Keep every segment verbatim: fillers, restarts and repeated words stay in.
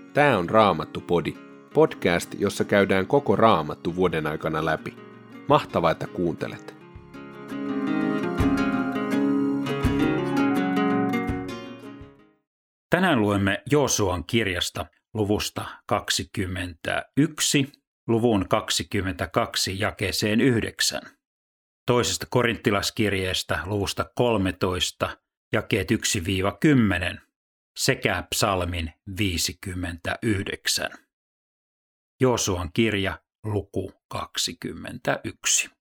Tää on Raamattu-podi, podcast, jossa käydään koko Raamattu vuoden aikana läpi. Mahtavaa, että kuuntelet! Tänään luemme Joosuan kirjasta luvusta kaksikymmentäyksi, luvun kaksikymmentäkaksi jakeeseen yhdeksän. Toisesta korinttilaskirjeestä luvusta kolmetoista, jakeet yksi kymmenen sekä psalmin viisikymmentäyhdeksän. Joosuan kirja, luku kaksikymmentäyksi.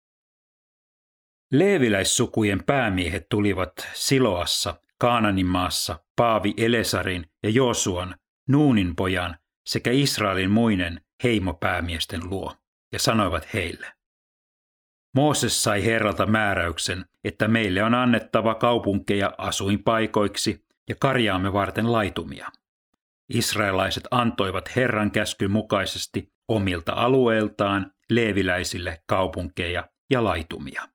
Leeviläissukujen päämiehet tulivat Siloassa, Kaananin maassa, Paavi Elesarin ja Joosuan, Nuunin pojan sekä Israelin muiden heimopäämiesten luo ja sanoivat heille: Mooses sai Herralta määräyksen, että meille on annettava kaupunkeja asuinpaikoiksi ja karjaamme varten laitumia. Israelaiset antoivat Herran käskyn mukaisesti omilta alueiltaan leeviläisille kaupunkeja ja laitumia.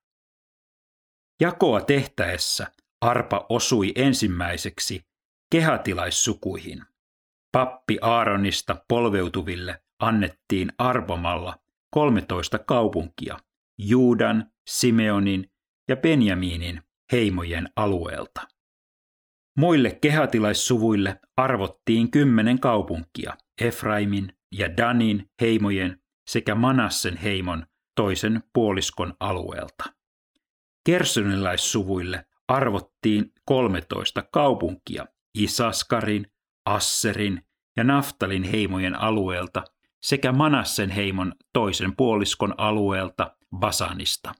Jakoa tehtäessä arpa osui ensimmäiseksi kehatilaissukuihin. Pappi Aaronista polveutuville annettiin arpomalla kolmetoista kaupunkia Juudan, Simeonin ja Benjaminin heimojen alueelta. Muille kehatilaissuvuille arvottiin kymmenen kaupunkia Efraimin ja Danin heimojen sekä Manassen heimon toisen puoliskon alueelta. Gersonilaissuvuille arvottiin kolmetoista kaupunkia Isaskarin, Asserin ja Naftalin heimojen alueelta sekä Manassen heimon toisen puoliskon alueelta Basanista.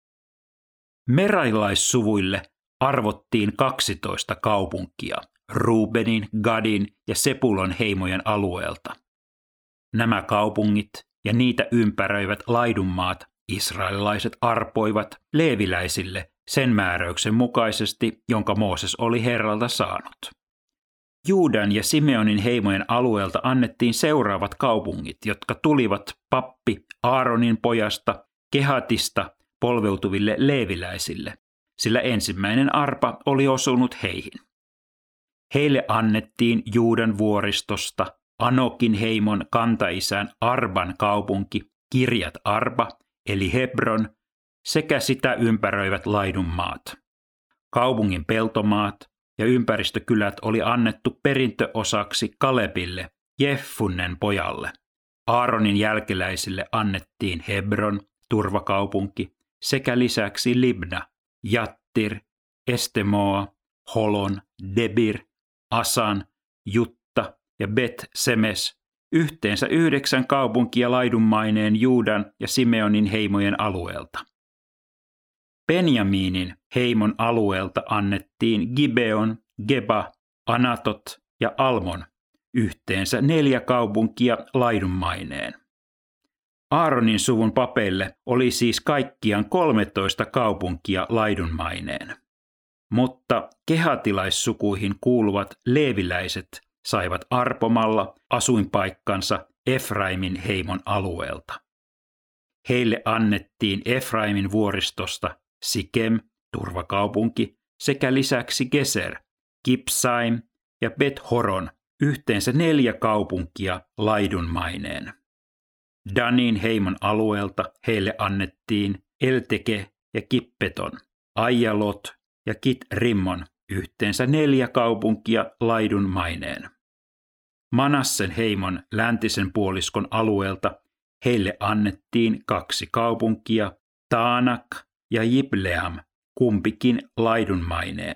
Merarilaissuvuille arvottiin kaksitoista kaupunkia Ruubenin, Gadin ja Sepulon heimojen alueelta. Nämä kaupungit ja niitä ympäröivät laidunmaat israelilaiset arpoivat leeviläisille sen määräyksen mukaisesti, jonka Mooses oli Herralta saanut. Juudan ja Simeonin heimojen alueelta annettiin seuraavat kaupungit, jotka tulivat pappi Aaronin pojasta Kehatista polveutuville leeviläisille, sillä ensimmäinen arpa oli osunut heihin. Heille annettiin Juudan vuoristosta Anokin heimon kantaisän Arban kaupunki Kirjat Arba eli Hebron sekä sitä ympäröivät laidunmaat. Kaupungin peltomaat ja ympäristökylät oli annettu perintöosaksi Kalebille, Jeffunnen pojalle. Aaronin jälkeläisille annettiin Hebron, turvakaupunki, sekä lisäksi Libna, Jattir, Estemoa, Holon, Debir, Asan, Jutta ja Bet-Semes, yhteensä yhdeksän kaupunkia laidunmaineen Juudan ja Simeonin heimojen alueelta. Benjaminin heimon alueelta annettiin Gibeon, Geba, Anatot ja Almon, yhteensä neljä kaupunkia laidunmaineen. Aaronin suvun papeille oli siis kaikkiaan kolmetoista kaupunkia laidunmaineen. Mutta kehatilaissukuihin kuuluvat leeviläiset saivat arpomalla asuinpaikkansa Efraimin heimon alueelta. Heille annettiin Efraimin vuoristosta Sikem, turvakaupunki, sekä lisäksi Geser, Kipsaim ja Bet-Horon, yhteensä neljä kaupunkia laidunmaineen. Danin heimon alueelta heille annettiin Elteke ja Kippeton, Aijalot ja Kit-Rimmon, yhteensä neljä kaupunkia laidunmaineen. Manassen heimon läntisen puoliskon alueelta heille annettiin kaksi kaupunkia, Taanak ja Jibleam, kumpikin laidunmaineen.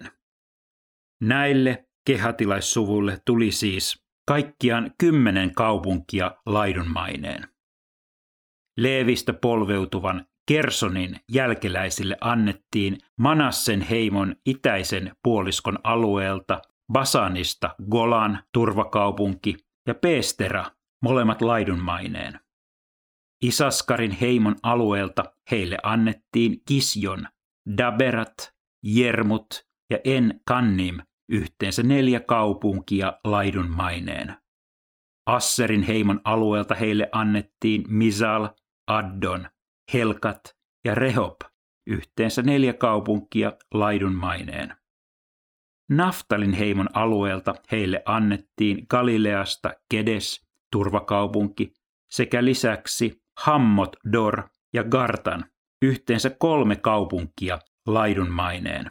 Näille kehatilaissuvuille tuli siis kaikkiaan kymmenen kaupunkia laidunmaineen. Leevistä polveutuvan Gersonin jälkeläisille annettiin Manassen heimon itäisen puoliskon alueelta Basanista Golan, turvakaupunki, ja Peestera, molemmat laidunmaineen. Isaskarin heimon alueelta heille annettiin Kisjon, Daberat, Jermut ja En-Kannim, yhteensä neljä kaupunkia laidunmaineen. Asserin heimon alueelta heille annettiin Misal, Addon, Helkat ja Rehob, yhteensä neljä kaupunkia laidunmaineen. Naftalin heimon alueelta heille annettiin Galileasta Kedes, turvakaupunki, sekä lisäksi Hammot Dor ja Gartan, yhteensä kolme kaupunkia laidunmaineen.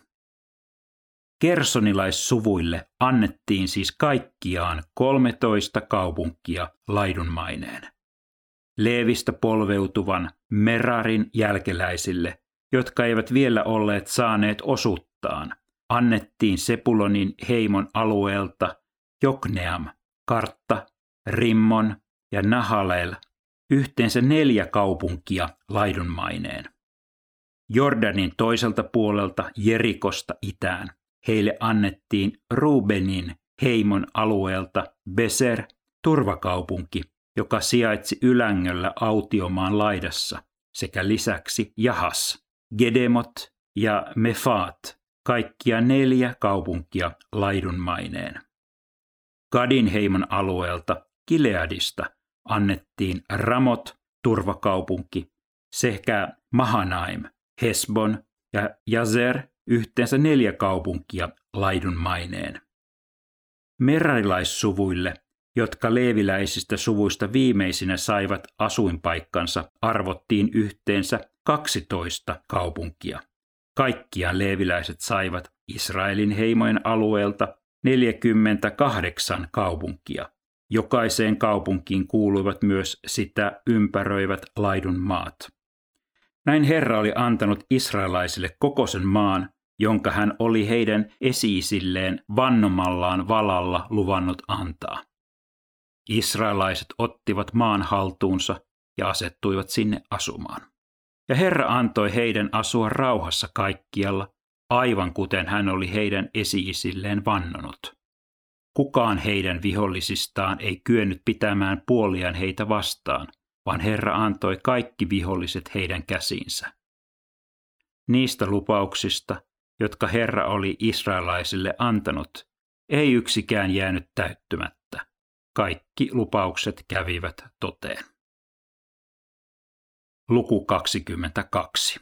Gersonilaissuvuille annettiin siis kaikkiaan kolmetoista kaupunkia laidunmaineen. Leevistä polveutuvan Merarin jälkeläisille, jotka eivät vielä olleet saaneet osuuttaan, annettiin Sepulonin heimon alueelta Jokneam, Kartta, Rimmon ja Nahalel, yhteensä neljä kaupunkia laidunmaineen. Jordanin toiselta puolelta Jerikosta itään heille annettiin Rubenin heimon alueelta Beser, turvakaupunki, joka sijaitsi Ylängöllä autiomaan laidassa, sekä lisäksi Jahas, Gedemot ja Mefaat, kaikkia neljä kaupunkia laidunmaineen. Gadin heimon alueelta Gileadista annettiin Ramot, turvakaupunki, sekä Mahanaim, Hesbon ja Jazer, yhteensä neljä kaupunkia laidunmaineen. Merarilaissuvuille, jotka leeviläisistä suvuista viimeisinä saivat asuinpaikkansa, arvottiin yhteensä kaksitoista kaupunkia. Kaikkiaan leeviläiset saivat Israelin heimojen alueelta neljäkymmentäkahdeksan kaupunkia. Jokaiseen kaupunkiin kuuluivat myös sitä ympäröivät laidun maat. Näin Herra oli antanut israelaisille koko sen maan, jonka hän oli heidän esi-isilleen vannomallaan valalla luvannut antaa. Israelaiset ottivat maan haltuunsa ja asettuivat sinne asumaan. Ja Herra antoi heidän asua rauhassa kaikkialla, aivan kuten hän oli heidän esi-isilleen vannonut. Kukaan heidän vihollisistaan ei kyennyt pitämään puoliaan heitä vastaan, vaan Herra antoi kaikki viholliset heidän käsiinsä. Niistä lupauksista, jotka Herra oli israelaisille antanut, ei yksikään jäänyt täyttymättä. Kaikki lupaukset kävivät toteen. Luku kaksikymmentäkaksi.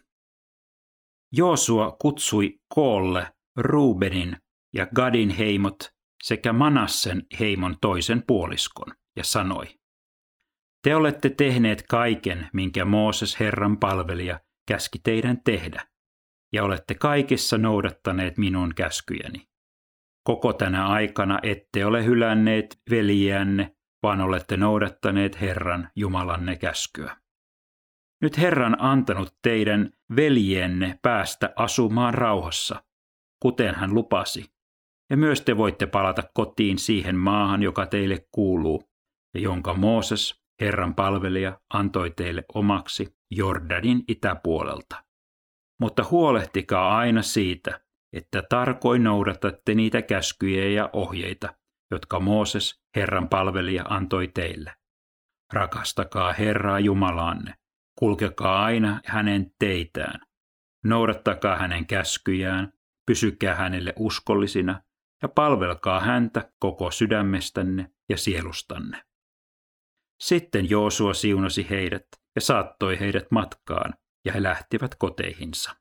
Joosua kutsui koolle Rubenin ja Gadin heimot sekä Manassen heimon toisen puoliskon ja sanoi: Te olette tehneet kaiken, minkä Mooses Herran palvelija käski teidän tehdä, ja olette kaikessa noudattaneet minun käskyjäni. Koko tänä aikana ette ole hylänneet veljiänne, vaan olette noudattaneet Herran Jumalanne käskyä. Nyt Herra on antanut teidän veljienne päästä asumaan rauhassa, kuten hän lupasi, ja myös te voitte palata kotiin siihen maahan, joka teille kuuluu, ja jonka Mooses, Herran palvelija, antoi teille omaksi Jordanin itäpuolelta. Mutta huolehtikaa aina siitä, että tarkoin noudatatte niitä käskyjä ja ohjeita, jotka Mooses, Herran palvelija, antoi teille. Rakastakaa Herraa Jumalaanne, kulkekaa aina hänen teitään, noudattakaa hänen käskyjään, pysykää hänelle uskollisina ja palvelkaa häntä koko sydämestänne ja sielustanne. Sitten Joosua siunasi heidät ja saattoi heidät matkaan, ja he lähtivät koteihinsa.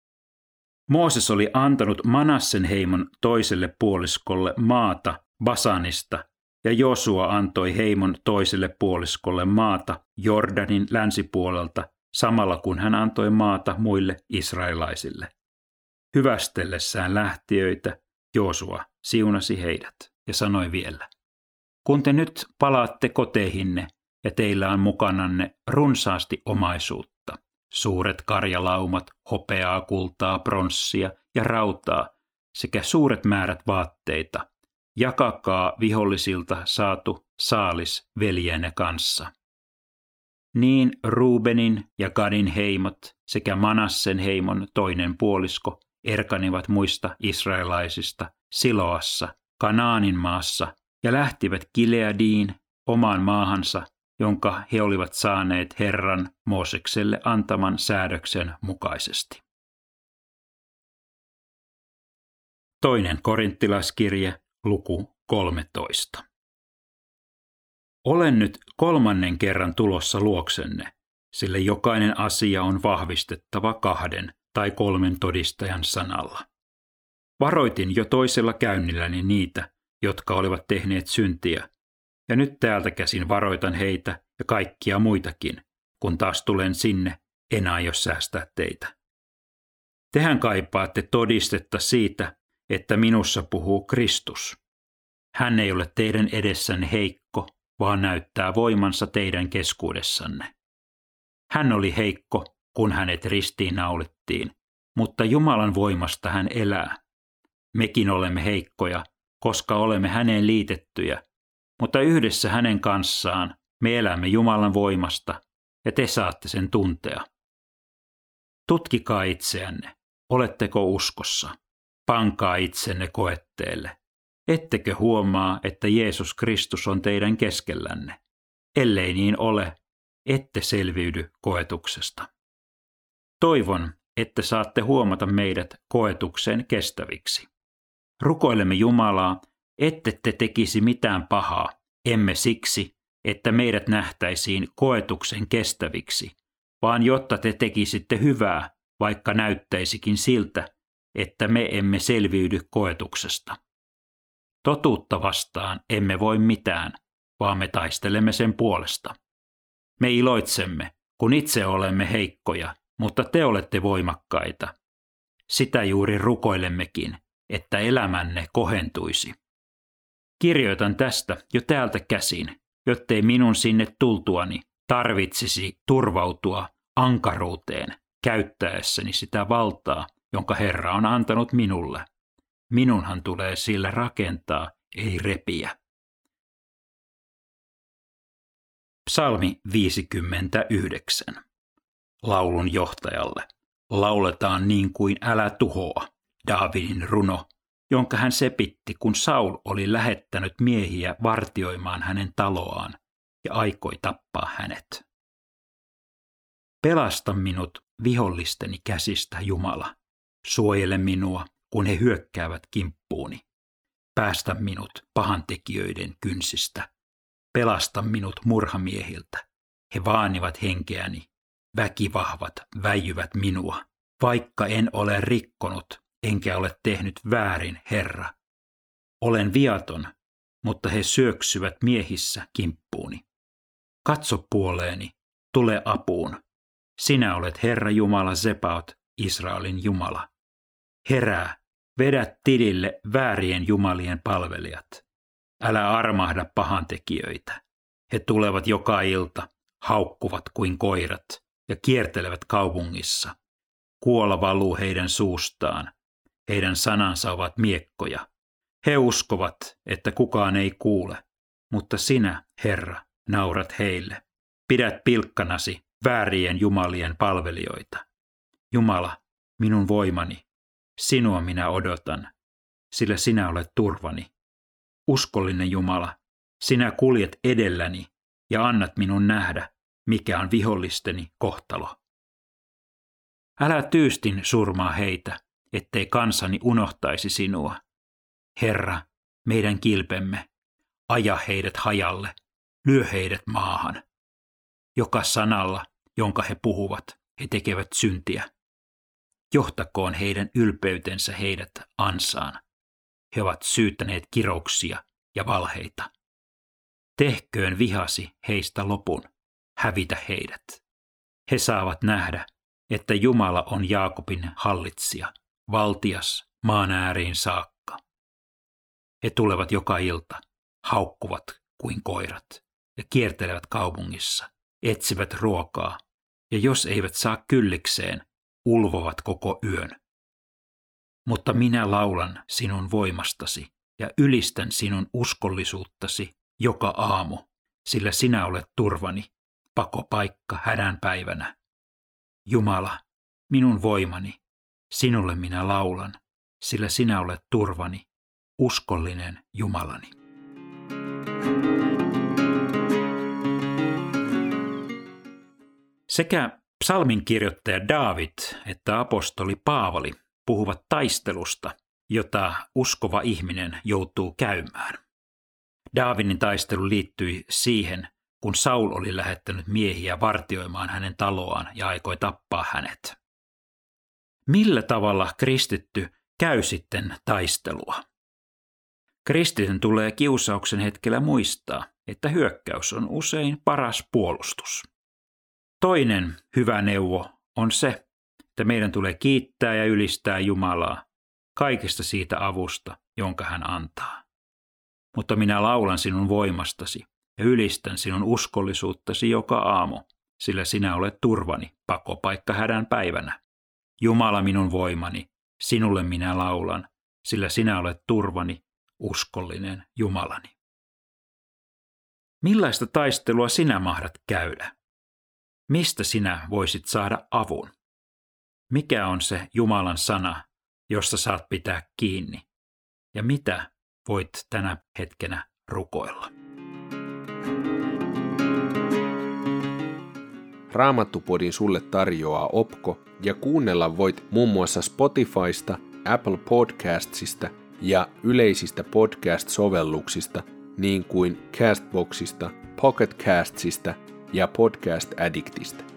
Mooses oli antanut Manassen heimon toiselle puoliskolle maata Basanista, ja Joosua antoi heimon toiselle puoliskolle maata Jordanin länsipuolelta, samalla kun hän antoi maata muille israelaisille. Hyvästellessään lähtiöitä Joosua siunasi heidät ja sanoi vielä: Kun te nyt palaatte koteihinne ja teillä on mukananne runsaasti omaisuutta, suuret karjalaumat, hopeaa, kultaa, pronssia ja rautaa sekä suuret määrät vaatteita, jakakaa vihollisilta saatu saalis veljenne kanssa. Niin Rubenin ja Gadin heimot sekä Manassen heimon toinen puolisko erkanivat muista israelaisista Siloassa, Kanaanin maassa, ja lähtivät Gileadiin omaan maahansa, jonka he olivat saaneet Herran Moosekselle antaman säädöksen mukaisesti. Toinen korinttilaiskirje, luku kolmetoista. Olen nyt kolmannen kerran tulossa luoksenne, sillä jokainen asia on vahvistettava kahden tai kolmen todistajan sanalla. Varoitin jo toisella käynnilläni niitä, jotka olivat tehneet syntiä, ja nyt täältä käsin varoitan heitä ja kaikkia muitakin, kun taas tulen sinne, en aio säästää teitä. Tehän kaipaatte todistetta siitä, että minussa puhuu Kristus. Hän ei ole teidän edessänne heikko, vaan näyttää voimansa teidän keskuudessanne. Hän oli heikko, kun hänet ristiin naulittiin, mutta Jumalan voimasta hän elää. Mekin olemme heikkoja, koska olemme häneen liitettyjä, mutta yhdessä hänen kanssaan me elämme Jumalan voimasta, ja te saatte sen tuntea. Tutkikaa itseänne, oletteko uskossa? Pankaa itsenne koetteelle. Ettekö huomaa, että Jeesus Kristus on teidän keskellänne? Ellei niin ole, ette selviydy koetuksesta. Toivon, että saatte huomata meidät koetukseen kestäviksi. Rukoilemme Jumalaa, ette te tekisi mitään pahaa, emme siksi, että meidät nähtäisiin koetuksen kestäviksi, vaan jotta te tekisitte hyvää, vaikka näyttäisikin siltä, että me emme selviydy koetuksesta. Totuutta vastaan emme voi mitään, vaan me taistelemme sen puolesta. Me iloitsemme, kun itse olemme heikkoja, mutta te olette voimakkaita. Sitä juuri rukoilemmekin, että elämänne kohentuisi. Kirjoitan tästä jo täältä käsin, jottei minun sinne tultuani tarvitsisi turvautua ankaruuteen käyttäessäni sitä valtaa, jonka Herra on antanut minulle. Minunhan tulee sillä rakentaa, ei repiä. Psalmi viisikymmentäyhdeksän. Laulun johtajalle. Lauletaan niin kuin älä tuhoa. Daavidin runo, jonka hän sepitti, kun Saul oli lähettänyt miehiä vartioimaan hänen taloaan ja aikoi tappaa hänet. Pelasta minut vihollisteni käsistä, Jumala. Suojele minua, kun he hyökkäävät kimppuuni. Päästä minut pahantekijöiden kynsistä. Pelasta minut murhamiehiltä. He vaanivat henkeäni. Väkivahvat väijyvät minua. Vaikka en ole rikkonut, enkä ole tehnyt väärin, Herra. Olen viaton, mutta he syöksyvät miehissä kimppuuni. Katso puoleeni, tule apuun. Sinä olet Herra Jumala Zebaot, Israelin Jumala. Herää, vedä tilille väärien jumalien palvelijat. Älä armahda pahantekijöitä. He tulevat joka ilta, haukkuvat kuin koirat ja kiertelevät kaupungissa. Kuola valuu heidän suustaan. Heidän sanansa ovat miekkoja. He uskovat, että kukaan ei kuule, mutta sinä, Herra, naurat heille. Pidät pilkkanasi väärien jumalien palvelijoita. Jumala, minun voimani, sinua minä odotan, sillä sinä olet turvani. Uskollinen Jumala, sinä kuljet edelläni ja annat minun nähdä, mikä on vihollisteni kohtalo. Älä tyystin surmaa heitä, ettei kansani unohtaisi sinua. Herra, meidän kilpemme, aja heidät hajalle, lyö heidät maahan. Joka sanalla, jonka he puhuvat, he tekevät syntiä. Johtakoon heidän ylpeytensä heidät ansaan. He ovat syyttäneet kirouksia ja valheita. Tehköön vihasi heistä lopun, hävitä heidät. He saavat nähdä, että Jumala on Jaakobin hallitsija, valtias maan ääriin saakka. He tulevat joka ilta, haukkuvat kuin koirat ja kiertelevät kaupungissa, etsivät ruokaa ja jos eivät saa kyllikseen, ulvovat koko yön. Mutta minä laulan sinun voimastasi ja ylistän sinun uskollisuuttasi joka aamu, sillä sinä olet turvani, pakopaikka hädän päivänä. Jumala, minun voimani, sinulle minä laulan, sillä sinä olet turvani, uskollinen Jumalani. Sekä psalmin kirjoittaja Daavid että apostoli Paavali puhuvat taistelusta, jota uskova ihminen joutuu käymään. Daavidin taistelu liittyi siihen, kun Saul oli lähettänyt miehiä vartioimaan hänen taloaan ja aikoi tappaa hänet. Millä tavalla kristitty käy sitten taistelua. Kristityn tulee kiusauksen hetkellä muistaa, että hyökkäys on usein paras puolustus. Toinen hyvä neuvo on se, että meidän tulee kiittää ja ylistää Jumalaa kaikesta siitä avusta, jonka hän antaa. Mutta minä laulan sinun voimastasi ja ylistän sinun uskollisuuttasi joka aamu, sillä sinä olet turvani pakopaikka hädän päivänä. Jumala minun voimani, sinulle minä laulan, sillä sinä olet turvani, uskollinen Jumalani. Millaista taistelua sinä mahdat käydä? Mistä sinä voisit saada avun? Mikä on se Jumalan sana, josta saat pitää kiinni? Ja mitä voit tänä hetkenä rukoilla? Raamattupodin sulle tarjoaa Opko ja kuunnella voit muun muassa Spotifysta, Apple Podcastsista ja yleisistä podcast-sovelluksista niin kuin Castboxista, Pocket Castsista ja Podcast Addictista.